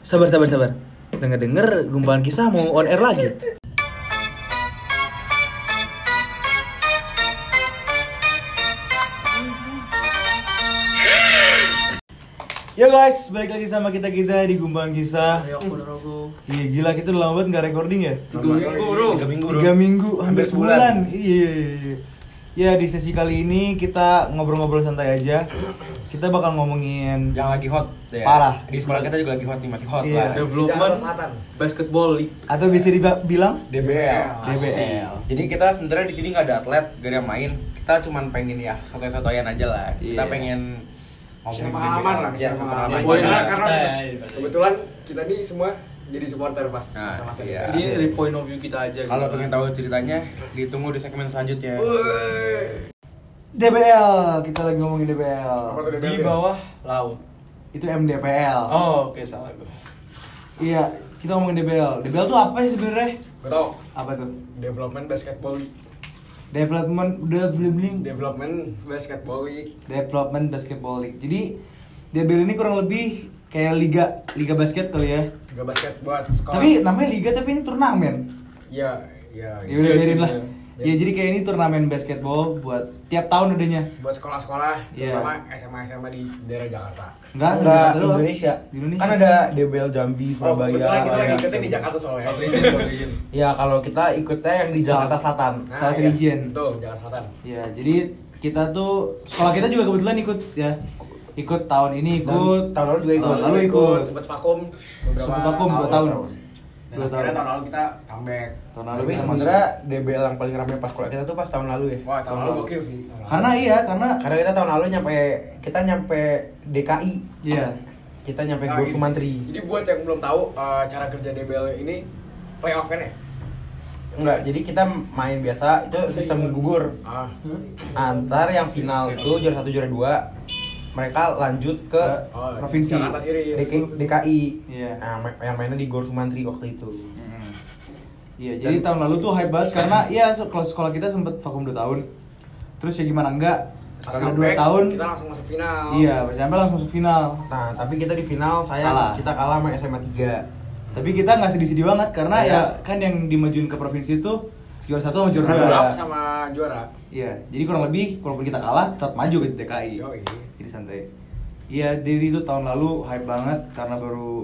Sabar. Dengar gumpalan kisah mau on air lagi. Yo guys, balik lagi sama kita di gumpalan kisah. Iya gila, kita udah lama banget nggak recording ya? 3 minggu, hampir sebulan. Iya. Ya di sesi kali ini kita ngobrol-ngobrol santai aja. Kita bakal ngomongin yang lagi hot ya. Parah. Di sekolah kita juga lagi hot nih, masih hot Iya. lah. Development basketball league atau bisa dibilang DBL. DBL. Jadi kita sebenarnya di sini nggak ada atlet, gak ada yang main. Kita cuman pengen ya sotoy-sotoyan aja lah. Kita Iya. pengen share pengalaman lah, share pengalaman. karena kebetulan kita nih semua jadi supporter pas masa-masa iya. Jadi dari point of view kita aja. Kalau pengen tahu ceritanya, ditunggu di segmen selanjutnya. DBL, kita lagi ngomongin DBL. Apa tuh DBL? Di bawah laut. Itu MDPL. Oh, oke, salah gue. Iya, kita ngomongin DBL. DBL tuh apa sih sebenarnya? Gue tau, Apa tuh? development basketball league. Development Basketball league. Development Basketball League. Jadi DBL ini kurang lebih kayak liga basket kali ya. Liga basket buat sekolah. Tapi namanya liga, tapi ini turnamen. Ya Ya udah biarin lah. Ya. Ya jadi kayak ini turnamen basketball buat tiap tahun adanya. Buat sekolah-sekolah, Iya. terutama SMA di daerah Jakarta. Enggak Di Indonesia. Di Indonesia. Kan ada DBL Jambi, Surabaya. Kebetulan kita lagi ya. ikutnya di Jakarta soalnya. South Region. Ya kalau kita ikutnya yang di Jakarta Selatan. South iya. Region. Betul, Jakarta Selatan. Ya, jadi kita tuh sekolah kita juga kebetulan ikut ya. Ikut tahun ini ikut. Dan tahun lalu juga ikut. Tahun lalu ikut. Sempet vakum Sempet vakum 2 tahun. Dan akhirnya tahun lalu kita comeback. Tahun lalu Tapi kita sebenarnya DBL yang paling ramai pas sekolah kita tuh pas tahun lalu ya. Wah, tahun lalu gokil sih. Karena Karena kita tahun lalu kita nyampe DKI. iya. Kita nyampe Nah, Gor ini- Sumantri. Jadi buat yang belum tahu cara kerja DBL ini playoff kan ya? Enggak, jadi kita main biasa itu sistem gugur. Antar yang final itu juara 1 juara 2 mereka lanjut ke Provinsi. Jakarta Series. DKI. Iya. Nah, yang mainnya di Gor Sumantri waktu itu. Iya, jadi tahun lalu tuh hype banget karena ya sekolah kita sempet vakum 2 tahun. Terus ya gimana enggak? Pas Setelah 2 comeback, tahun kita langsung masuk final. Iya, sampai langsung masuk final. Nah, tapi kita di final Kalah. kita kalah sama SMA 3. Tapi kita nggak sedih-sedih banget karena Iya. ya kan yang dimajuin ke provinsi itu juara 1 sama juara 2. Runner up sama juara. Iya, jadi kurang lebih walaupun kita kalah tetap maju ke DKI. Yoi. Jadi santai. Iya, jadi itu tahun lalu hype banget karena baru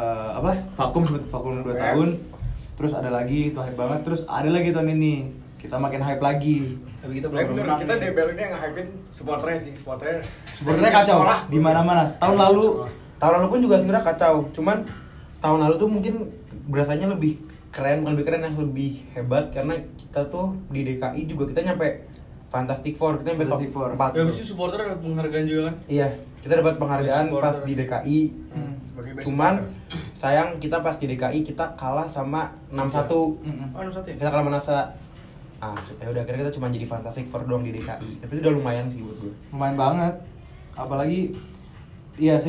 sempet vakum 2 tahun. Terus ada lagi itu hype banget, terus ada lagi tahun ini. Kita makin hype lagi. Tapi kita Tapi belum menurut kita DBL ini yang nge-hypein supporternya sih, supporternya. Sebenarnya kacau Sekolah. di mana-mana. Tahun lalu Tahun lalu pun juga sebenarnya kacau. Cuman tahun lalu tuh mungkin berasanya lebih keren, bukan lebih keren, yang lebih hebat karena kita tuh di DKI juga kita nyampe Fantastic Four, kita nyampe top Fantastic Four. 4. Ya mesti supporter ada penghargaan juga kan? Iya, kita dapat penghargaan Best pas supporter. di DKI. Sebagai best Cuman supporter. sayang kita pas di DKI kita kalah sama 6-1. Oh, 6-1 ya? Kita kalah sama NASA. Ah, kita udah akhirnya kita cuma jadi Fantastic Four doang di DKI. Tapi itu udah lumayan sih buat gue. lumayan banget. Apalagi iya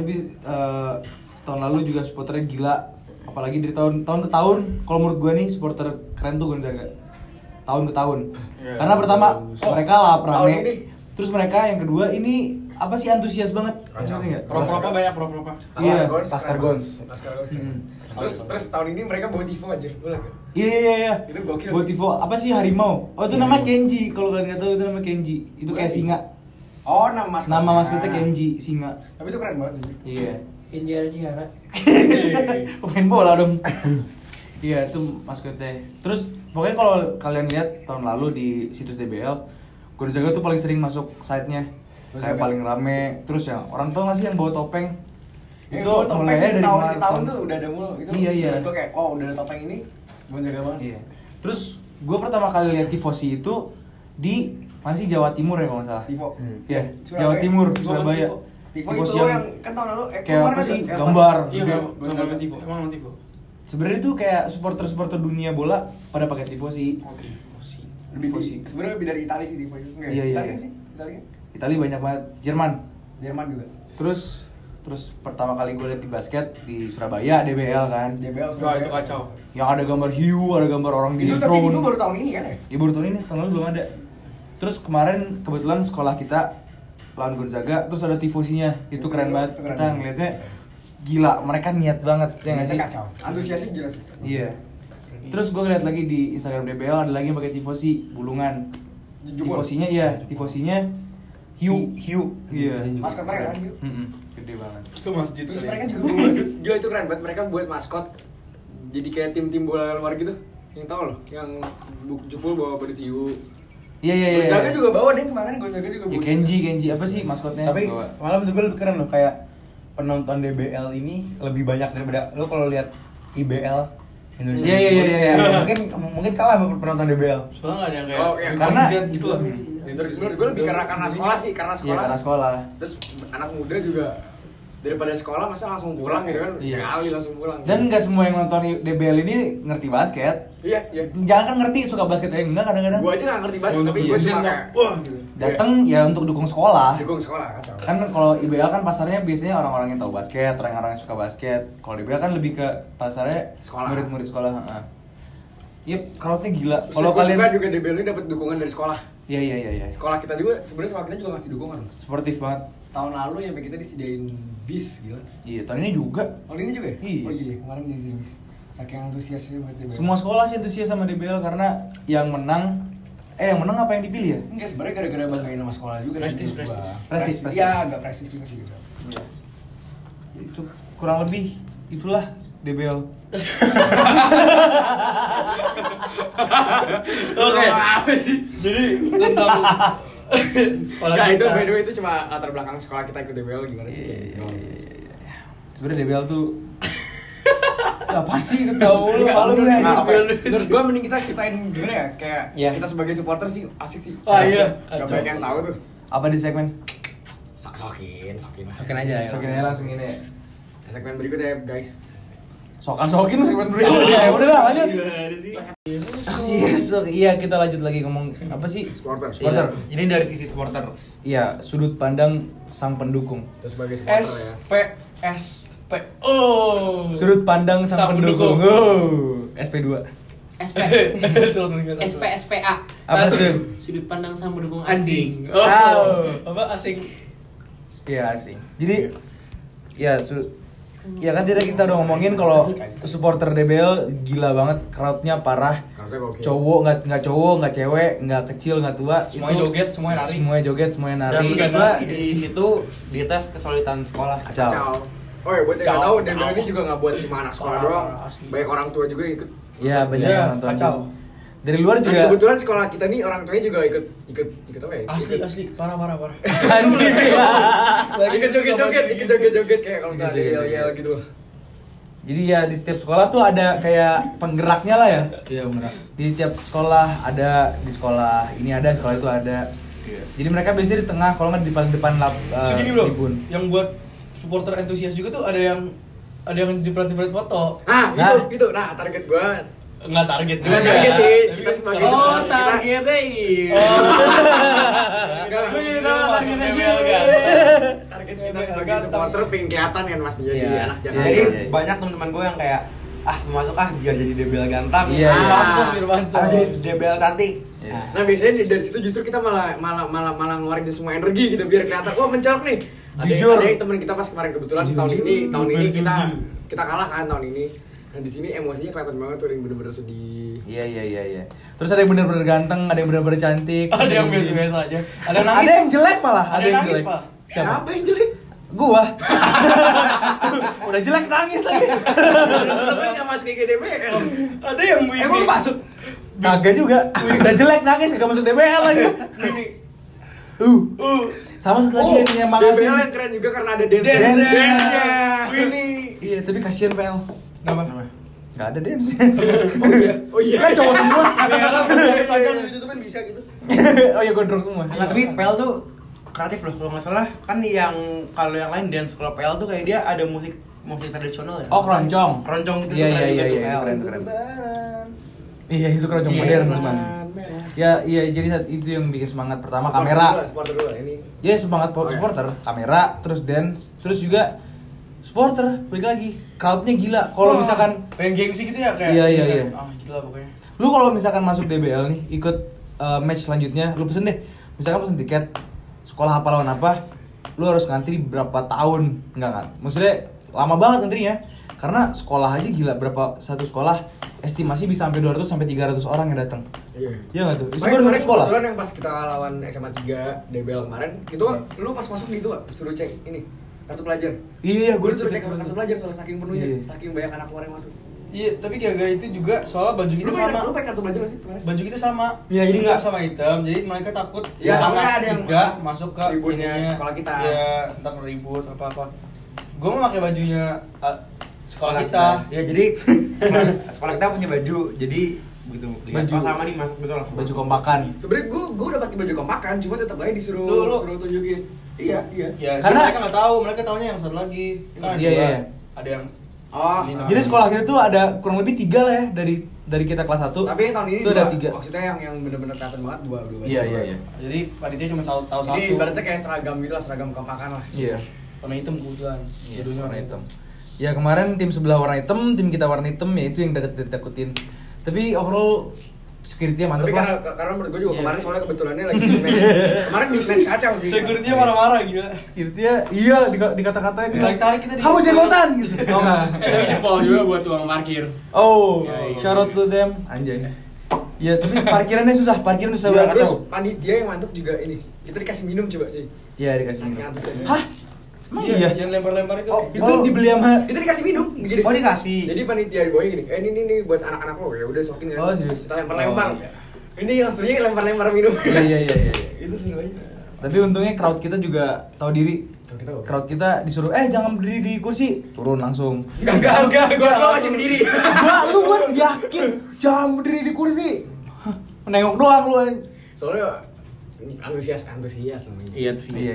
tahun lalu juga supporternya gila. Apalagi dari tahun ke tahun, kalau menurut gua nih supporter keren tuh Gonzaga. Tahun ke tahun. Iya, Karena pertama bagus. mereka lah tahun rame. ini. Terus mereka yang kedua ini apa sih antusias banget. Kacau. Ngerti nggak? Pro-pro apa banyak pro-pro apa? Iya, Laskar Gons. Laskar Gons. Hmm. Terus tahun ini mereka bawa Tivo anjir, lu liat gak? Iya. Itu gokil Buat sih. Tivo apa sih harimau? Oh itu nama Kenji. Kalau kalian nggak tahu itu nama Kenji. Itu kayak singa. Oh, nama maskotnya. Nama maskotnya Kenji, singa. Tapi itu keren banget anjir. Iya. Kenji Archihara. Pemain bola dong. Iya itu maskotnya. Terus pokoknya kalau kalian lihat tahun lalu di situs DBL, Gonzaga tuh paling sering masuk site-nya. Kayak Gonzaga. paling rame. Terus ya orang tau gak sih yang bawa topeng? Itu Itu mulainya dari tahun mana? ke tahun tuh udah ada mulu itu. Iya. Gue kayak, oh udah ada topeng ini, Gonzaga banget. Iya. Terus gue pertama kali lihat tifosi itu di mana sih Jawa Timur ya kalau nggak salah. Tivo. Iya, Surabaya. Jawa Timur, Tivo. Surabaya. Tivo Tifosi itu yang kan tahun lalu kayak kemarin apa ada sih? Elmas. Gambar. Iya, Gitu. Gonzaga Tivo. Emang nama Tivo? Sebenarnya itu kayak supporter dunia bola pada pakai tifosi. Oke. Lebih Tifosi. sebenarnya lebih dari Italia sih Tivo itu. Enggak, Iya, Italia iya. sih? Italia. Italia banyak banget. Jerman. Jerman juga. Terus pertama kali gue liat di basket di Surabaya DBL kan. DBL Wah, itu kacau. Yang ada gambar hiu, ada gambar orang di Itu tapi throne. Tivo baru tahun ini kan ya? Ya baru tahun ini, tahun lalu belum ada. Terus kemarin kebetulan sekolah kita lawan Gonzaga, terus ada tifosinya. Itu keren banget. Itu keren. Kita ngeliatnya gila, mereka niat banget ya nggak sih? Kacau. Antusiasnya gila sih. Iya. Terus gue ngeliat lagi di Instagram DBL ada lagi yang pakai tifosi bulungan. Tifosinya hiu. Iya. Maskot mereka kan hiu. Gede banget. Itu masjid. Terus mereka juga gila itu keren banget, mereka buat maskot jadi kayak tim-tim bola luar gitu. Yang tahu loh, yang Jupul bawa badut hiu. Iya. Gonzaga juga bawa deh kemarin, Gonzaga juga Ya bawa. Kenji apa sih maskotnya? Tapi malah menurut gue lebih keren loh, kayak penonton DBL ini lebih banyak daripada lo kalau lihat IBL Indonesia. Iya. Mungkin kalah sama penonton DBL. Soalnya nggak ada yang kayak Oh, iya. Karena gitu lah. Menurut gue lebih karena sekolah sih, karena Iya, sekolah. karena sekolah. Terus anak muda juga daripada sekolah masa langsung pulang gitu kan? Iya. Kali langsung pulang. Dan nggak semua yang nonton DBL ini ngerti basket. Iya. Jangan kan ngerti suka basket enggak kadang-kadang. Gua aja nggak ngerti banget, tapi Iya. gua cuma kayak wah gitu. Dateng ya untuk dukung sekolah. Dukung sekolah kacau. Kan kalau IBL kan pasarnya biasanya orang-orang yang tahu basket, orang-orang yang suka basket. Kalau DBL kan lebih ke pasarnya Sekolah. murid-murid sekolah. Yep, crowdnya gila. Terus Kalau gua kalian suka juga DBL ini dapat dukungan dari sekolah. Iya. Sekolah kita juga sebenarnya sekolah kita juga ngasih dukungan. Sportif banget. Tahun lalu ya kita disediain bis gila. Iya, tahun ini juga. Oh ini juga ya? Iya. Oh iya, kemarin disediain bis. Saking antusiasnya buat DBL. Semua sekolah sih antusias sama DBL karena yang menang apa yang dipilih ya? Enggak, sebenarnya gara-gara banggain nama sekolah juga Prestis, sih menurut gua. prestis. Iya, agak prestis juga sih gitu. Iya. Itu kurang lebih itulah DBL. Oke. Apa sih? Jadi tentang Enggak, itu by the way itu cuma latar belakang sekolah kita ikut DBL gimana sih? Iya. Sebenarnya DBL tuh apa sih ketawa lu malu nih. Menurut gua mending kita ceritain gimana ya, kayak Iya. kita sebagai supporter sih asik sih. Ah, iya. Gak banyak yang tahu tuh. Apa di segmen? Sokin aja ya. Sokin aja langsung ini. Segmen berikutnya guys. Sokin segmen berikutnya. Ya udah lah lanjut. Iya, kita lanjut lagi ngomong apa sih? Supporter. Supporter. Ini dari sisi supporter. Iya, sudut pandang sang pendukung. Kita sebagai supporter ya. SPSP. Oh. Sudut pandang sang pendukung. Oh, SP2. SP SPA Apa tuh? sudut pandang sang pendukung Anjing. asing. Oh. Apa asing? Iya asing. Jadi ya ya kan tadi kita udah ngomongin kalau supporter DBL gila banget, crowdnya parah. Karena oke. Cowok nggak cowok, nggak cewek, nggak kecil nggak tua. Semuanya Itu joget, semuanya nari. Semuanya joget, semuanya Dan nari. kedua di situ dites kesulitan sekolah. Kacau. Kacau. Oh ya, buat yang nggak Kacau. tahu, DBL ini juga nggak buat cuma anak sekolah Parah, doang. asli. Banyak orang tua juga yang ikut. Iya banyak Iya, yang nonton. kacau. Dari luar Dan juga. kebetulan sekolah kita nih orang tuanya juga ikut apa ya? Asli parah. Anjir. Ikut joget kayak kalau misalnya ada yel gitu. Jadi ya di setiap sekolah tuh ada kayak penggeraknya lah ya. Iya benar. Di tiap sekolah ada, di sekolah ini ada, sekolah itu ada. Jadi mereka biasanya di tengah, kalau nggak di paling depan Segini bro, tribun. yang buat supporter antusias juga tuh ada yang jepret foto. Nah, Nah. gitu. Nah, target gua Nggak target juga. Bukan target sih, Tapi kita sebagai kalau- supporter kita. targetnya iya. Enggak, Gue jadi tahu maksudnya targetnya masuk DBL kan. target kita sebagai supporter pengen kelihatan kan pasti jadi Iya. anak Iya, Jakarta. Jadi iya. banyak teman-teman gue yang kayak masuk biar jadi DBL ganteng. Iya, iya. Pansos, biar pansos. Jadi DBL cantik. Iya. Nah biasanya dari situ justru kita malah ngeluarin semua energi gitu biar kelihatan wah mencolok nih. Jujur. Ada yang teman kita pas kemarin kebetulan tahun ini kita kalah kan tahun ini. Nah di sini emosinya kelihatan banget tuh, ada yang bener-bener sedih. Iya. Terus ada yang bener-bener ganteng, ada yang bener-bener cantik. Ada yang biasa aja. Ada yang Ada nangis. yang jelek malah, Ada yang nangis, jelek. Pak. Siapa yang jelek? Gua. Udah jelek nangis lagi. Lu kan nggak masuk ke DBL. Ada yang Winnie. Emang lu masuk? Kagak juga. Udah jelek nangis kagak masuk DBL lagi. Winnie. Sama satu lagi yang nyemangatin. DBL yang keren juga karena ada dance. Dance-nya. Winnie. Iya, tapi kasihan PL. Kenapa? Gak ada dance. Oh iya. Kan cowok semua. Panjang ditutupin bisa gitu. Oh iya gondrong semua. Nah, tapi PL tuh kreatif loh, kalau nggak salah kan kalau yang lain dance, kalau PL tuh kayak dia ada musik tradisional ya. Oh, keroncong. Keroncong itu Iya, tuh keren iya, juga tuh, iya, PL. keren. Iya, itu keroncong Iya, modern keroncong. cuman. Ya, iya jadi saat itu yang bikin semangat pertama Supporter kamera. dulu lah, supporter dulu lah, ini. Ya semangat Oh, iya. supporter, kamera, terus dance, terus juga supporter, balik lagi. Crowdnya gila. Kalau Wah, misalkan pengen gengsi gitu ya kayak. Iya, iya. Ah, gila pokoknya. lu kalau misalkan masuk DBL nih, ikut match selanjutnya, lu pesen deh. Misalkan pesen tiket sekolah apa lawan apa, lu harus ngantri berapa tahun, enggak kan? Maksudnya lama banget ngantrinya. Karena sekolah aja gila, berapa satu sekolah estimasi bisa sampai 200 sampai 300 orang yang datang. Iya. Iya enggak tuh? Itu Kemarin baru satu sekolah. kebetulan yang pas kita lawan SMA 3 DBL kemarin, itu kan lu pas masuk gitu Pak, suruh cek ini kartu pelajar. Iya, Gue gue suruh cek kartu pelajar soalnya saking penuhnya, Iya. saking banyak anak luar yang masuk. Iya, tapi gara-gara itu juga soalnya baju kita sama. Lu pakai kartu pelajar gak sih kemarin? Baju kita sama. Iya, jadi Hitam nggak- sama hitam. Jadi mereka takut Iya, anak takutnya ada yang tiga masuk ke ributnya ininya. sekolah kita. Iya, entar ribut apa-apa. Gue mau pakai bajunya sekolah kita. Ya jadi sekolah kita punya baju. Jadi begitu lihat Baju. oh, sama nih masuk betul langsung. baju kompakan. Sebenarnya gue udah pakai baju kompakan, cuma tetap aja disuruh suruh tunjukin. Iya. Ya, Karena- mereka nggak tahu, mereka taunya yang satu lagi. Kan ada Iya, dua. iya. Ada yang Oh, Ini sama- Jadi sekolah kita tuh ada kurang lebih 3 lah ya dari kita kelas 1. tapi yang tahun ini itu ada dua. 3. Maksudnya yang bener-bener kelihatan banget dua baju. Iya. Jadi panitia cuma tahu Ini satu. ibaratnya kayak seragam gitu lah, seragam kompakan lah. Iya. warna hitam kebetulan. Iya, Judulnya warna hitam. Ya kemarin tim sebelah warna hitam, tim kita warna hitam, ya itu yang takutin. Tapi overall security-nya mantep Tapi lah. karena menurut gue juga kemarin soalnya kebetulannya lagi match. Kemarin di match kacau sih. Security-nya marah-marah gila. Security-nya iya dikata-katain gitu. Ditarik-tarik kita di- Kamu jagotan gitu. Oh enggak. Tapi jempol juga buat tukang parkir. Oh, Ya, iya. shout out to them. Anjay. Ya, tapi parkirannya susah Terus banget. panitia yang mantep juga ini. Kita dikasih minum coba cuy. Iya, dikasih minum. Saking antusiasnya. Hah? Emang iya? Yang lempar-lempar itu. Itu dibeli sama Kita dikasih minum gini. Oh, dikasih. Jadi panitia di bawahnya gini. Ini buat anak-anak lo ya udah sokin ya. Oh, serius? Kita lempar-lempar. Oh, iya. Ini yang serunya lempar-lempar minum. Iya. Itu seru aja. Tapi untungnya crowd kita juga tahu diri. Crowd kita disuruh jangan berdiri di kursi, turun langsung. Enggak, gua masih berdiri. Gua yakin jangan berdiri di kursi. Hah, nengok doang lu. Soalnya antusias namanya. Iya tuh. Iya.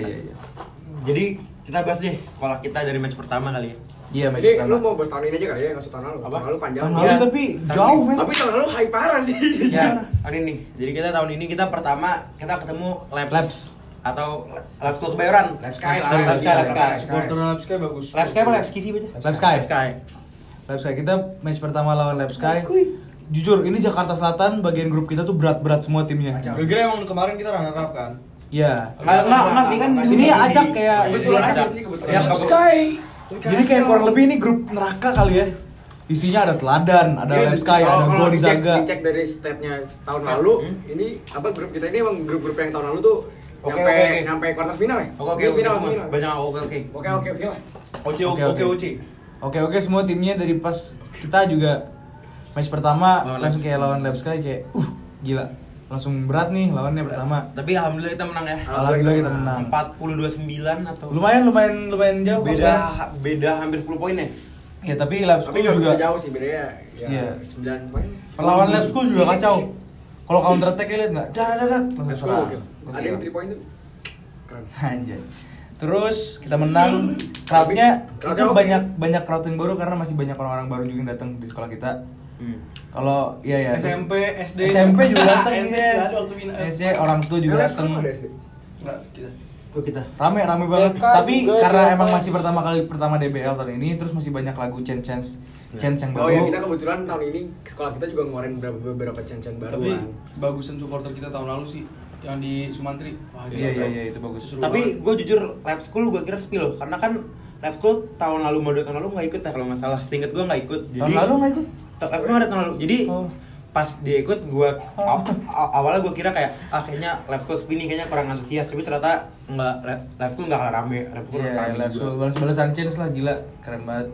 Jadi kita bahas deh sekolah kita dari match pertama kali ya. Iya, match Jadi pertama. lu mau bahas tahun ini aja kali ya, nggak usah tahun lalu. Apa? Tahun lalu panjang. Tahun Iya. lalu tapi jauh, men. Tapi tahun lalu high parah sih. Ya, hari ini. Jadi kita tahun ini kita pertama kita ketemu Labs atau Labs School Kebayoran. Lab Sky lah. Lab Sky. Supporter Lab Sky bagus. Labs Sky apa Labs Kisi baca? Lab Sky. Labs Sky. Lab Sky kita match pertama lawan Lab Sky. Jujur, ini Jakarta Selatan bagian grup kita tuh berat-berat semua timnya. Gara-gara emang kemarin kita runner up kan. Iya. Nggak, Vi kan Ini acak kayak Kebetulan acak. aja sih, kebetulan. Ya, Lab Sky. Jadi kayak kurang lebih ini grup neraka kali ya. Isinya ada Teladan, ada Iya, Lab Sky, ada kalau Gonzaga. dicek dari state-nya tahun lalu, ini apa grup kita ini emang grup-grup yang tahun lalu tuh Oke, nyampe oke. nyampe quarter final ya? Oke, Ini final. banyak oke. Oke lah. Oke, semua timnya dari pas kita juga match pertama Lawan langsung Lab kayak lawan Lab Sky kayak gila. Langsung berat nih lawannya pertama. Tapi alhamdulillah kita menang ya. Alhamdulillah kita menang. 42-9 atau Lumayan jauh kok sekarang. beda hampir 10 poin ya. Ya tapi Lab Tapi School nggak juga begitu jauh sih bedanya. Ya, Iya. 9 poin. Perlawan Lab School juga kacau. Kalau counter attack lihat enggak? Dar. Lab Langsung School serang. gokil. Ada yang 3 poin tuh. Keren. Anjay. Terus kita menang. Crowdnya Crowdnya itu oke. banyak crowd yang baru karena masih banyak orang-orang baru juga yang datang di sekolah kita. Kalau iya terus SMP, SD. SMP juga datang SD dia. ada waktu final. SD orang tua juga Lab datang. School ada sih. Enggak, kita. Tuh kita. Rame banget. TK Tapi juga karena datang. emang masih pertama DBL tahun ini, terus masih banyak lagu chance yang baru. Oh ya kita kebetulan tahun ini sekolah kita juga ngeluarin beberapa cen-cen baru Tapi kan. bagusan supporter kita tahun lalu sih yang di Sumantri. Wah, itu Iya kacau. itu bagus. Seru Tapi banget. gue jujur Lab School gue kira sepi loh, karena kan Lab School tahun lalu nggak ikut ya kalau nggak salah. Seinget gue nggak ikut. Tahun lalu nggak ikut? Lab School nggak ada tahun lalu. Jadi Oh. pas dia ikut gue awalnya gue kira kayak kayaknya Lab School sepi nih, kayaknya kurang antusias. Tapi ternyata nggak, Lab School nggak kalah rame. Lab School Iya, rame Lab juga. School balas-balasan chance lah gila, keren banget.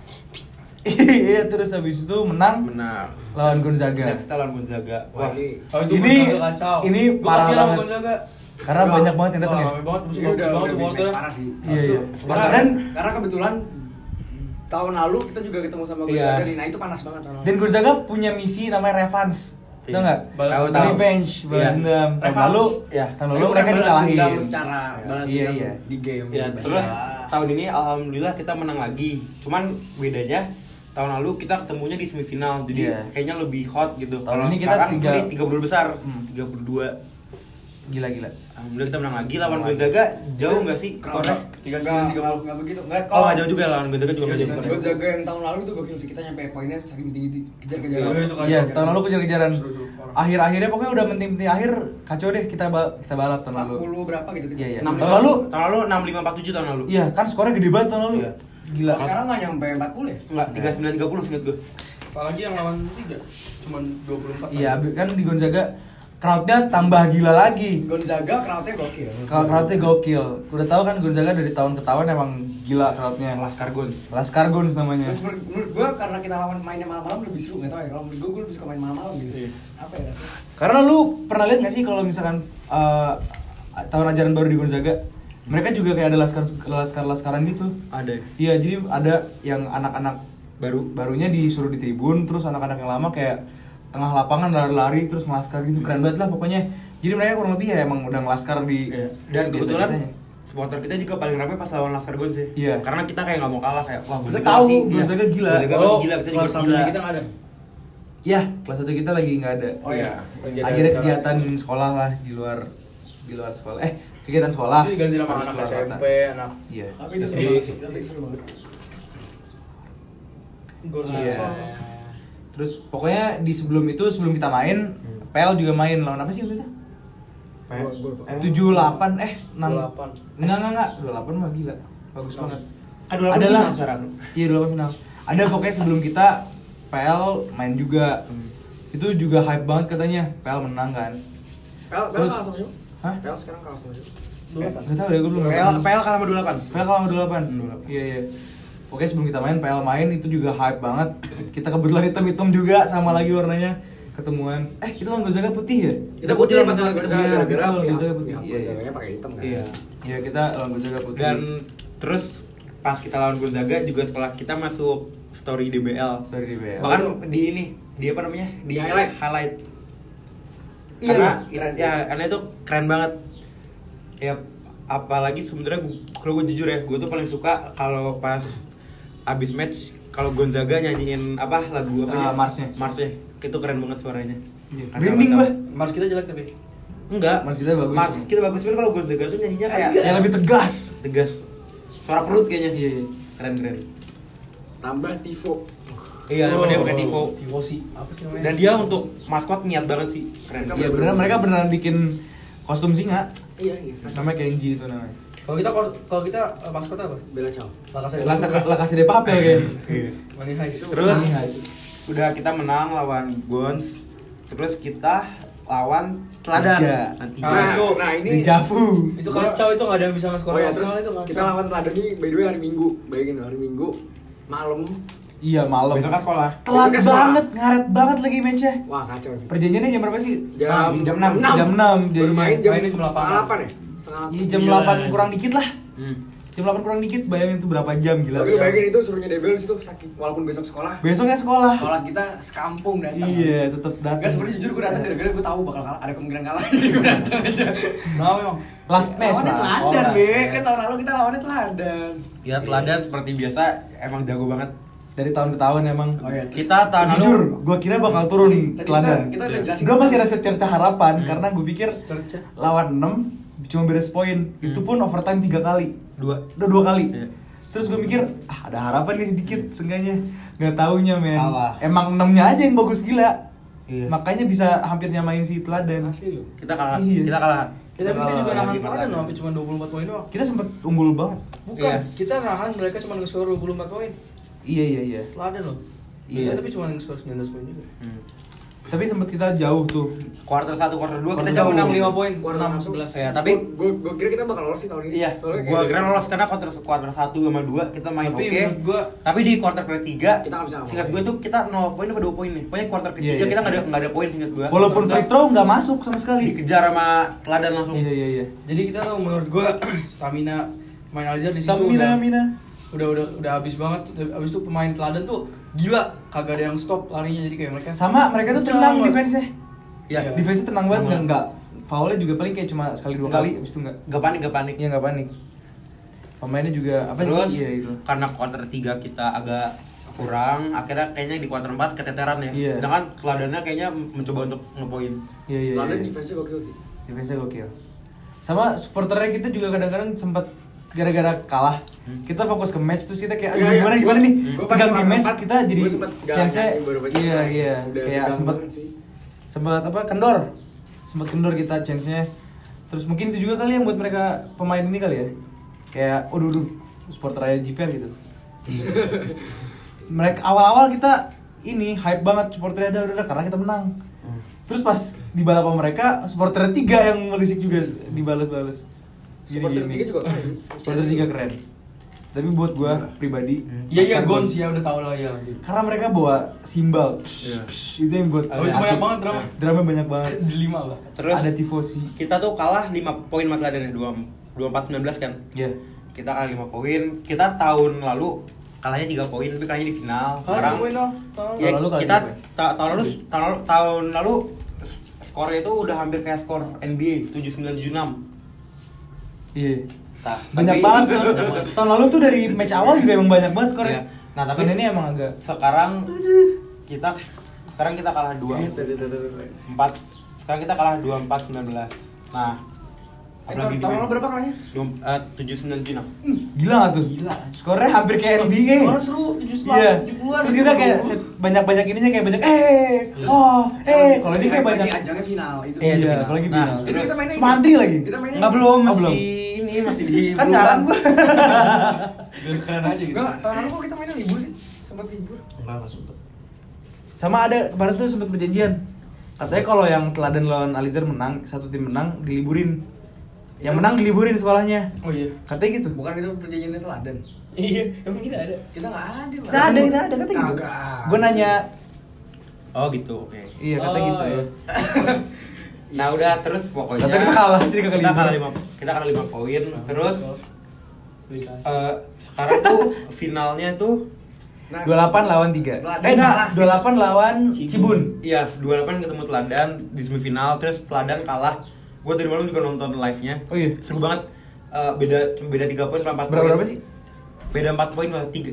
Iya, terus habis itu menang Benar. lawan Gonzaga. Next lawan Gonzaga. Wah, ini Oh, itu Ini- Gonzaga kacau. ini Gua parah kasihan sama banget. Gonzaga. Karena Wah, banyak banget yang datang Wah, ya. rame banget, ini bagus udah banget big supporter. match parah sih. Iya. Karena, Dan- karena kebetulan tahun lalu kita juga ketemu sama Iya. Gonzaga, nah itu panas banget tahun lalu. Dan Gonzaga punya misi namanya revenge. Iya. Tahu nggak? Balas dendam. Revenge, balas Iya. dendam. Tahun Revenge. lalu, Iya. tahun lalu Tapi mereka bukan balas dikalahin. dendam secara balas Iya, dendam iya. di game. Ya, Biasa. terus tahun ini alhamdulillah kita menang lagi. Cuman bedanya tahun lalu kita ketemunya di semifinal. Jadi Iya. kayaknya lebih hot gitu. Tahun Kalau ini kita sekarang tiga- ini 30 besar, Hmm. 32. Gila. Alhamdulillah kita menang lagi lawan Gonzaga. Jauh nggak sih skornya? 39-30 nggak begitu. Nggak, Oh, nggak jauh juga lawan Gonzaga juga nggak jauh skornya. Gonzaga yang tahun lalu tuh gokil sih, kita nyampe poinnya saking tinggi kejar-kejaran. Iya, itu kacau. Iya, tahun lalu kejar-kejaran. Seru-seru, parah. Akhir-akhirnya pokoknya udah menting-menting akhir kacau deh kita balap tahun lalu. 40 berapa gitu. Iya. 65 Tahun lalu 65 47 tahun lalu. iya kan skornya gede banget tahun lalu. Iya. Gila. Sekarang nggak nyampe 40 ya? Enggak, 39-30 seinget gue. Apalagi yang lawan 3 cuman 24. Iya, kan di Gonzaga crowd-nya tambah gila lagi. Gonzaga crowd-nya gokil. Kalau crowd-nya gokil. Udah tahu kan Gonzaga dari tahun ke tahun emang gila crowd-nya. Laskar Gons. Laskar Gons namanya. Terus menurut gua karena kita lawan mainnya malam-malam lebih seru, nggak tahu ya. Kalau menurut gua lebih suka main malam-malam gitu. Apa ya rasanya? Karena lu pernah lihat nggak sih kalau misalkan tahun ajaran baru di Gonzaga, mereka juga kayak ada laskar-laskaran gitu. Ada. Iya, jadi ada yang anak-anak barunya disuruh di tribun, terus anak-anak yang lama kayak tengah lapangan lari-lari terus ngelaskar gitu. Keren banget lah pokoknya. Jadi mereka kurang lebih ya emang udah ngelaskar di Dan kebetulan desa-desanya. supporter kita juga paling ramai pas lawan Laskar Gons sih. Iya. Karena kita kayak nggak mau kalah kayak wah Kita Gonzaga tahu sih, Gonzaga gila. Gonzaga Oh, gila, kita juga kelas satu gila. kita nggak ada. Iya, kelas 1 kita lagi nggak ada. Oh iya. Akhirnya kegiatan sekolah lah di luar sekolah. Kegiatan sekolah. Itu diganti sama Harus anak keluar SMP, kota. anak Iya. Tapi itu seru Iya. banget. Tapi seru banget. gol Iya. sensor. Terus pokoknya sebelum kita main, PL juga main lawan apa sih waktu itu? Gua 78 6 28. Enggak 28 mah gila. Bagus banget. Adalah Adalah sekarang. Iya 28 final. Ada pokoknya sebelum kita PL main juga. Itu juga hype banget katanya. PL menang kan. Pel Terus- kalah sama siapa? Hah? Pel sekarang kalah sama siapa? 28. Enggak tahu deh gue belum PL kalah sama 28. PL kalah sama 28. Iya. Oke, sebelum kita main PL main itu juga hype banget. Kita kebetulan hitam-hitam juga sama lagi warnanya ketemuan. Kita lawan Gonzaga putih ya? Kita putih lawan masalah Gonzaga Iya, gara-gara kita lawan pihak- Gonzaga putih. pihak Iya. Gonzaganya pakai hitam kan. Iya. Iya, kita lawan Gonzaga putih. Dan terus pas kita lawan Gonzaga juga setelah kita masuk story DBL. Sorry DBL. Bahkan di ini, di apa namanya? Di highlight. Iya, keren sih. karena itu keren banget. Ya apalagi sebenarnya kalau gue jujur ya, gue tuh paling suka kalau pas abis match kalau Gonzaga nyanyiin apa lagu apa Marsnya itu keren banget suaranya. Iya. Kacau, Branding kacau. gua. Mars kita jelek tapi. Enggak, Mars kita bagus. Mars kita bagus, tapi kalau Gonzaga tuh nyanyinya kayak Yang lebih tegas. tegas. Suara perut kayaknya. Iya. Keren. Tambah Tifo. Iya, Oh. dia pakai tifo. Tifosi. Apa sih namanya? Dan dia untuk maskot niat banget sih. Keren. Iya, beneran mereka beneran bikin kostum singa. Iya. Namanya Kenji itu namanya. Kalau kita maskot apa? Bella Ciao. La Casa de Papel kayaknya. Iya. Money High. Terus Money Heist. udah kita menang lawan Gons. Terus kita lawan Teladan. Tiga. Nah, ini Dejavu. Itu kacau, itu nggak ada yang bisa nge-score. Oh ya, Arsenal terus itu kacau. kita lawan Teladan ini by the way hari Minggu. Bayangin hari Minggu malam. Iya, malam. Besok kan sekolah. Telat Besok sekolah. banget, ngaret banget lagi match-nya. Wah, kacau sih. Perjanjiannya jam berapa sih? Jam 6. Jam 6 Baru main jam Mainnya jam 8. 8 ya? Setengah Iya, jam 9. 8 kurang dikit lah. Hmm. Jam 8 kurang dikit, bayangin itu berapa jam gila. Tapi lu bayangin itu suruhnya Debel di situ sakit walaupun besok sekolah. Besoknya sekolah. Sekolah kita sekampung datang. Iya, tetap datang. Enggak sebenarnya jujur gue datang gara-gara gue tahu bakal kalah, ada kemungkinan kalah. Jadi gue datang aja. Nah, memang. Last match Lawannya lah. Teladan, Oh, Be. last match. Kan tahun lalu kita lawannya Teladan. Ya Teladan seperti biasa emang jago banget. Dari tahun ke tahun emang. Oh iya. Kita tahun lalu Jujur, gue kira bakal turun Tadi Teladan. kita udah jelasin. Gue masih ada secerca harapan karena gue pikir Secerca. lawan 6 cuma beres poin. Itu pun overtime 3 kali. 2. Udah 2 kali. Iya. Terus gue mikir, ada harapan nih sedikit seenggaknya. Gak taunya men. Kalah. Emang 6-nya aja yang bagus gila. Iya. Makanya bisa hampir nyamain si Teladan. Asli lu. Kita kalah. Iya. Kita kalah. Kita juga nahan lagi Teladan menang. loh, sampai cuma 24 poin doang. Kita sempet unggul banget. Bukan, Iya. kita nahan mereka cuma nge-score 24 poin. Iya. Teladan loh. Iya. Kita tapi cuma nge-score 19 poin juga. Tapi sempet kita jauh tuh. Quarter 1, quarter 2 kita Quarter jauh. Menang 5 poin, Quarter 6 langsung. 11. Ya, tapi gue kira kita bakal lolos sih tahun ini. iya, Soalnya gua kayak- kira lolos karena quarter 1 sama 2 kita main Tapi oke. menurut gua Tapi di quarter ketiga Kita nggak bisa singkat ngapa-ngapain. gue tuh kita 0 poin apa 2 poin nih. Pokoknya quarter ketiga Iya, kita nggak ada poin singkat gue. Walaupun free throw nggak masuk sama sekali. dikejar sama Teladan langsung. Iya. jadi kita tuh menurut gua stamina pemain Alizar di situ Stamina. udah habis banget. Habis itu pemain Teladan tuh gila, kagak ada yang stop larinya, jadi kayak mereka Sama mereka tuh kencang tenang banget. defense-nya. Iya. Defense-nya tenang banget, Tenang. enggak. Foul-nya juga paling kayak cuma sekali 2 Nggak. kali, habis itu enggak. Gak panik. Iya, enggak panik. Pemainnya juga apa Terus sih? Iya itu. karena quarter 3 kita agak kurang, akhirnya kayaknya di quarter 4 keteteran ya. Iya. Sedangkan Teladannya kayaknya mencoba untuk ngepoin. Iya. Teladan defense-nya gokil sih. Defense-nya gokil. Sama supporternya kita juga kadang-kadang sempat gara-gara kalah, kita fokus ke match terus kita kayak Iya, aduh, iya. gimana nih Gua pas tegang di lawan match empat, kita jadi gua sempet gak chance-nya nyanyi beberapa iya cerita. kayak Udah tegang sempat banget sih. apa kendor kita chance-nya. Terus mungkin itu juga kali yang buat mereka pemain ini kali ya, kayak waduh supporter aja JPR gitu. Mereka awal-awal kita ini hype banget supporternya udah karena kita menang. Terus pas di balapan mereka supporter 3 yang merisik juga dibalas-balas. Supporter 3 juga keren. Supporter 3 keren. Tapi buat gua pribadi Iya Gons ya udah tahu lah ya lanjut. karena mereka bawa simbal. Itu yang buat Habis banyak banget drama. Drama banyak banget. Di 5 lah. Terus Ada tifosi. kita tuh kalah 5 poin sama Teladan 24-19 kan. Iya. Kita kalah 5 poin. Kita tahun lalu kalahnya 3 poin tapi kalahnya di final. Sekarang ya, Tahun lalu kalah kita 3 tahun lalu skornya itu udah hampir kayak skor NBA 79-76. Iya. Nah, Banyak tapi- banget. banyak banget. Tahun lalu tuh dari match awal juga emang banyak banget skornya. Iya. Nah, tapi tahun ini emang agak sekarang kita kalah 2-4. Sekarang kita kalah 24-19. Nah, apalagi Tahun lalu berapa kalahnya? 79-76. gila gak tuh? Gila. Skornya hampir kayak NBA. Skornya seru 70-an. Iya. Terus kita kayak banyak-banyak ininya kayak banyak kalau ini kayak banyak. Ajangnya final itu. Iya, apalagi Nah, final. Itu kita mainnya Semantri lagi. Kita mainnya Enggak belum, Oh, belum. masih di Kan jalan gua. Biar keren aja gitu. Enggak, tahun lalu kok kita mainnya libur sih? Sempat libur. Enggak sempet. Sama ada kemarin tuh sempat perjanjian. Katanya kalau yang Teladan lawan Alizar menang, satu tim menang diliburin. Yang menang diliburin sekolahnya. Oh iya. Katanya gitu. Bukan itu perjanjiannya Teladan. Iya, emang kita ada. Kita enggak ada. Kita ada katanya gitu. Kagak. Gua nanya, Oh gitu, oke. iya katanya gitu ya. Nah udah terus pokoknya Tapi kita kalah, jadi kagak kita kalah libur. kita kalah 5 poin. Terus Dikasih. sekarang tuh finalnya tuh 28 28 lawan 3. Teladan Enggak, kalah. 28 lawan Cibun. iya 28 ketemu Teladan di semifinal, terus Teladan kalah. Gue tadi malam juga nonton live-nya. Oh iya. Seru banget. Cuma beda 3 poin, 4 poin. Berapa sih? Beda 4 poin malah 3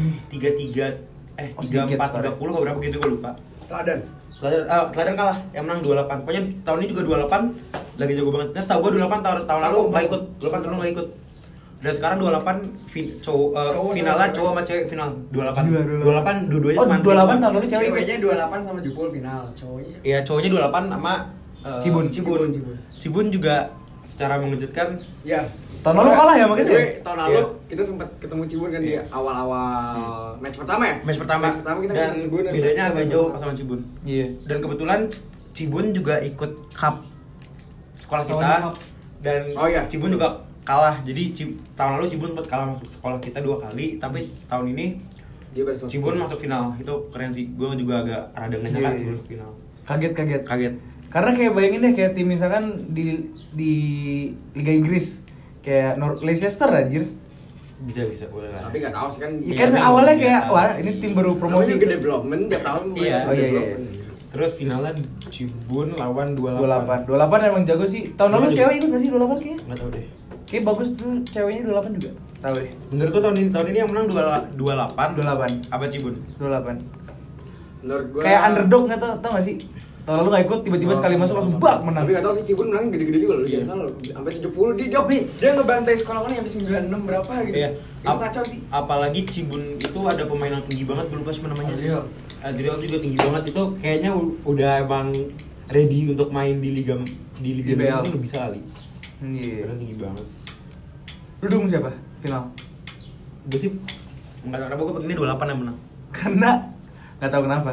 sedikit 4 30 atau berapa gitu gue lupa. Teladan. Teladan kalah, yang menang 28. Pokoknya tahun ini juga 28 lagi jago banget. Nah, setahu gue 28 tahun lalu enggak ikut. 28 tahun lalu enggak ikut. Dan sekarang 28 finalnya cowok sama cewek final 28. Gila, 28 dua-duanya Oh, semantri. 28 tahun lalu cewek ikut. Ceweknya 28 sama Jupul final, cowoknya. Iya, cowoknya 28 sama Cibun. Cibun juga secara mengejutkan. Ya. Tahun lalu kalah ya makanya? Tahun lalu Iya. kita sempat ketemu Cibun kan di Iya. awal-awal match pertama ya? Match pertama kita dan ketemu Cibun. bedanya agak jauh pas sama Cibun. Iya. Dan kebetulan Cibun juga ikut cup sekolah kita Cup. dan Oh, iya. Cibun juga kalah. Jadi tahun lalu Cibun sempat kalah masuk sekolah kita 2 kali, tapi tahun ini Dia berhasil. Cibun masuk final. Itu keren sih. Gue juga agak rada nggak nyangka Iya, iya. Cibun masuk final. Kaget. Kaget. Karena kayak bayangin deh kayak tim misalkan di Liga Inggris kayak Leicester anjir. Bisa boleh lah. Tapi nggak tahu sih kan. Iya kan Iya, awalnya iya, kayak tahu wah sih. ini tim baru promosi Promosi ke development tiap tahun. Iya. Oh, iya, iya. Terus finalnya Cibun lawan 28. 28 emang jago sih. Tahun lalu Iya, cewek juga. ikut gak sih 28 kayaknya? Enggak tahu deh. Kayak bagus tuh ceweknya 28 juga. Tahu deh. Menurut gua tahun ini yang menang 28. 28. Apa Cibun? 28. Menurut gua. Kayak underdog nggak tau gak sih? Tahun lalu nggak ikut tiba-tiba sekali masuk langsung bak menang. Tapi nggak tahu sih Cibun menangnya gede-gede juga loh. Jangan salah loh. Sampai 70 dia ngebantai sekolah mana sampai 96 berapa gitu. Iya. Itu kacau sih. Apalagi Cibun itu ada pemain yang tinggi banget, gue lupa siapa namanya. Azriel. Juga tinggi banget, itu kayaknya udah emang ready untuk main di Liga IBL. Indonesia itu bisa kali. Iya. Padahal tinggi banget. Lu dukung siapa final? Gue sih nggak tahu kenapa gue pengennya 28 yang menang. Karena nggak tahu kenapa.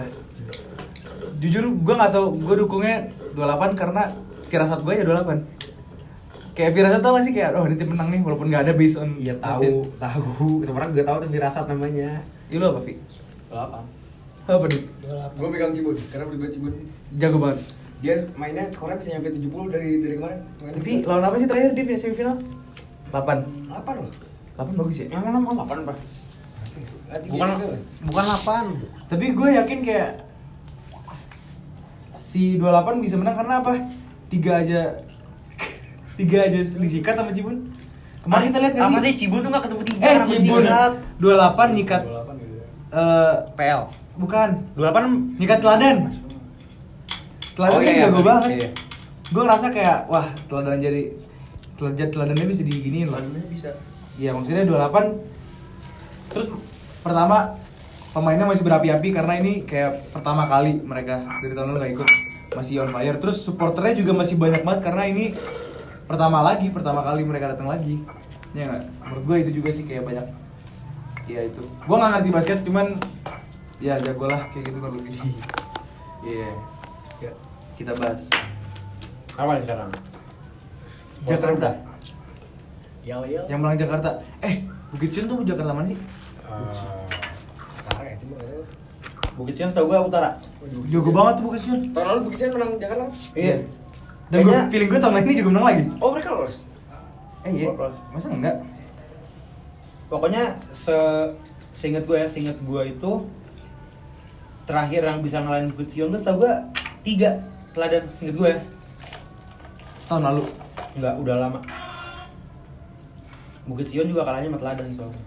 Jujur gue nggak tahu, gue dukungnya 28 karena firasat gue ya 28. Kayak firasat tau gak sih kayak, oh ini tim menang nih walaupun nggak ada based on. Iya tahu. Sebenarnya gue tahu tuh firasat namanya. Iya lu apa Vi? 8. Apa nih? Gue megang Cibun karena menurut gue Cibun Jago banget. dia mainnya skornya bisa nyampe 70 dari kemarin. Tapi lawan apa sih terakhir di semifinal? 8. 8 loh. 8 bagus ya? Yang mana 8 Pak? Bukan 8. Tapi gue yakin kayak si 28 bisa menang karena apa? 3 aja disikat sama Cibun. Kemarin kita lihat gak sih? Apa sih Cibun tuh nggak ketemu 3 Cibun 28 nyikat 28 PL. bukan 28 nyikat Teladan. Teladan Oh, kan iya, jago iya. banget. Iya. Gue ngerasa kayak wah Teladan jadi Teladannya bisa diginiin loh. Bisa. Iya maksudnya 28. Terus pertama pemainnya masih berapi-api karena ini kayak pertama kali mereka dari tahun lalu gak ikut, masih on fire. Terus supporternya juga masih banyak banget karena ini pertama kali mereka datang lagi. Ya nggak? Menurut gue itu juga sih kayak banyak Ya itu. Gua nggak ngerti basket, cuman ya jago lah kayak gitu kan lebih. Iya. Ya, kita bahas. Apa nih sekarang? Jakarta. Yal. Yang menang Jakarta. Bukit Cion tuh Jakarta mana sih? Utara ya, timur ya. Bukit Cion tau gua utara. Jago banget tuh Bukit Cion. Tahun lalu Bukit Cion menang Jakarta. Iya. Dan gue feeling gue tahun ini juga menang lagi. Oh, mereka lolos. Iya. Lolos. Masa enggak? Pokoknya seinget gue itu terakhir yang bisa ngalahin Bukit Cion tuh tau gua 3 teladan seinget gue. Tahun lalu. Enggak, udah lama. Bukit Cion juga kalahnya sama teladan soalnya.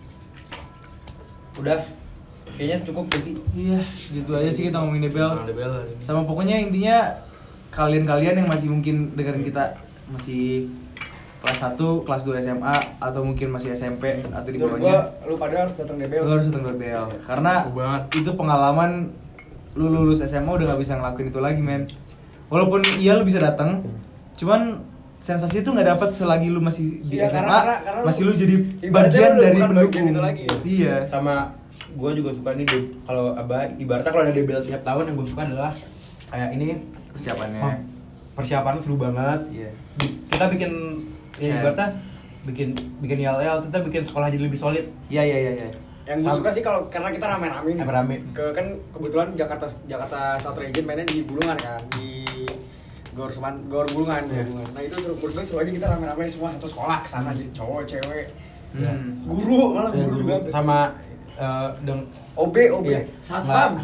Udah, kayaknya cukup sih. Iya, gitu aja sih kita ngomongin DBL. Sama pokoknya intinya kalian yang masih mungkin dengerin kita masih kelas 1, kelas 2 SMA atau mungkin masih SMP atau di Menurut bawahnya. gua, lu pada harus datang DBL. Lu harus datang DBL karena itu pengalaman lu lulus SMA udah gak bisa ngelakuin itu lagi, men. Walaupun iya lu bisa datang, cuman sensasi itu nggak dapat selagi lu masih di Iya, SMA, karena masih lu jadi ibaratnya bagian lu dari bukan pendukung. bagian itu lagi. Iya. Sama gue juga suka nih kalau ibaratnya kalau ada DBL tiap tahun yang gue suka adalah kayak ini Persiapannya. persiapan seru banget. Iya. Kita bikin ibaratnya bikin YLL, kita bikin sekolah jadi lebih solid. Iya. Yang gue suka sih kalau karena kita rame-rame nih. Rame-rame. Kan kebetulan Jakarta South Region mainnya di Bulungan kan, di Gor Bulungan. Nah itu seru, menurut gue seru aja kita rame-rame semua satu sekolah kesana, jadi cowok, cewek, guru malah guru juga. Sama OB. Iya. Satpam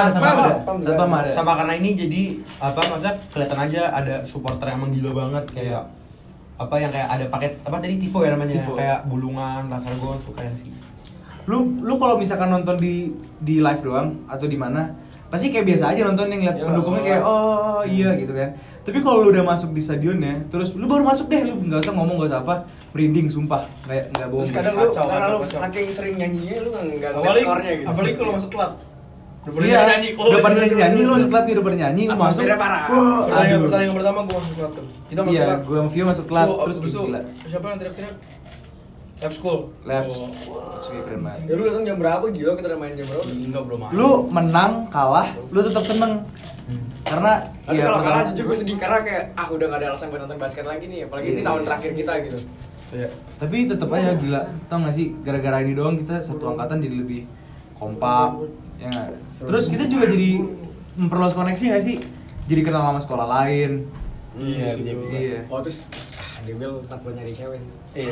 ada. Sama karena ini jadi maksudnya kelihatan aja ada supporter yang emang gila banget kayak yang kayak ada paket tadi Tifo ya namanya, Tifo. kayak Bulungan, Lasargon, suka sih. Lu kalau misalkan nonton di live doang atau di mana, pasti kayak biasa aja nonton yang lihat pendukungnya kayak oh iya gitu kan. Tapi kalau lu udah masuk di stadionnya, terus lu baru masuk deh, lu nggak usah ngomong nggak usah apa, merinding sumpah, nggak bohong. Terus kadang lu karena lu saking sering nyanyinya lu nggak ngeliat skornya gitu. Apalagi kalau masuk telat. Iya, udah pada nyanyi, lu masuk telat nih, udah pada nyanyi, lu masuk. Atmosfernya parah. Pertandingan pertama gua masuk telat tuh. Kita masuk telat. Iya, gua sama Vio masuk telat, terus gila. Siapa yang teriak-teriak? Lab School. Sudah keren banget. Ya lu datang jam berapa gila, kita udah main jam berapa? Enggak, belum main. Lu menang, kalah, lu tetap seneng. Karena Tapi kalau kalah jujur gue sedih karena kayak udah gak ada alasan buat nonton basket lagi nih, apalagi ini tahun terakhir kita gitu. Iya. Tapi tetap aja gila, tau gak sih, gara-gara ini doang kita satu angkatan jadi lebih kompak, ya gak? Terus kita juga jadi memperluas koneksi gak sih? Jadi kenal sama sekolah lain. Iya. Oh terus DBL tempat buat nyari cewek sih. Iya.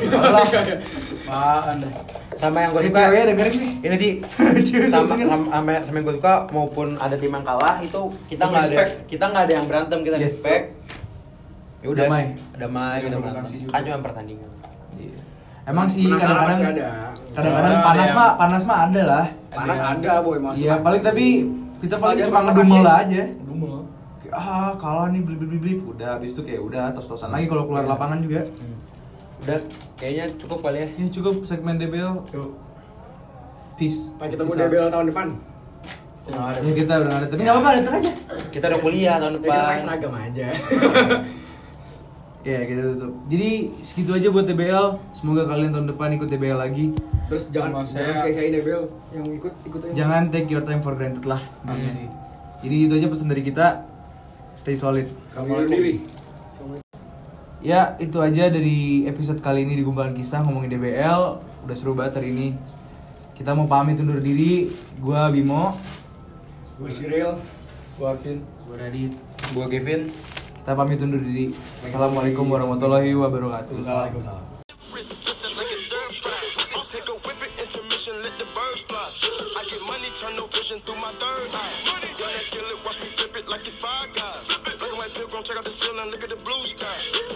Apaan dah. Sama yang gue suka. Ceweknya dengerin nih. Ini sih sama yang gue suka, maupun ada tim yang kalah itu kita nggak ada yang berantem, kita respect. Ya udah. Damai kita kan cuma pertandingan. Iya. Emang sih Kadang-kadang panas mah ada lah. Panas ada boy, masuk. Iya, paling tapi kita paling cuma ngedumel aja. Kalah nih blip udah habis itu kayak udah tos-tosan lagi kalau keluar lapangan juga. Udah, kayaknya cukup kali ya. Ya cukup segmen DBL. Peace. Pak kita mau DBL tahun depan. Ya kita udah ada, tapi nggak apa-apa, datang aja. Kita udah kuliah tahun Ya kita pakai depan. seragam aja. Ya kita tutup. Jadi segitu aja buat DBL. Semoga kalian tahun depan ikut DBL lagi. Terus jangan sia-siain DBL yang ikut aja. Jangan take your time for granted lah. Jadi itu aja pesan dari kita. Stay solid. Kamu diri. Ya itu aja dari episode kali ini di Gumbahan Kisah ngomongin DBL. Udah seru banget hari ini. Kita mau pamit undur diri. Gua Bimo. Gue Cyril. Gue Alvin. Gua Radit. Gua Kevin. Kita pamit undur diri. Assalamualaikum warahmatullahi wabarakatuh. Waalaikumsalam. Take a whip it, intermission, let the birds fly. I get money, turn no vision through my third eye. Young that skillet, watch me flip it like it's Five Guys. Black and white pilgrim, check out the ceiling, look at the blue sky.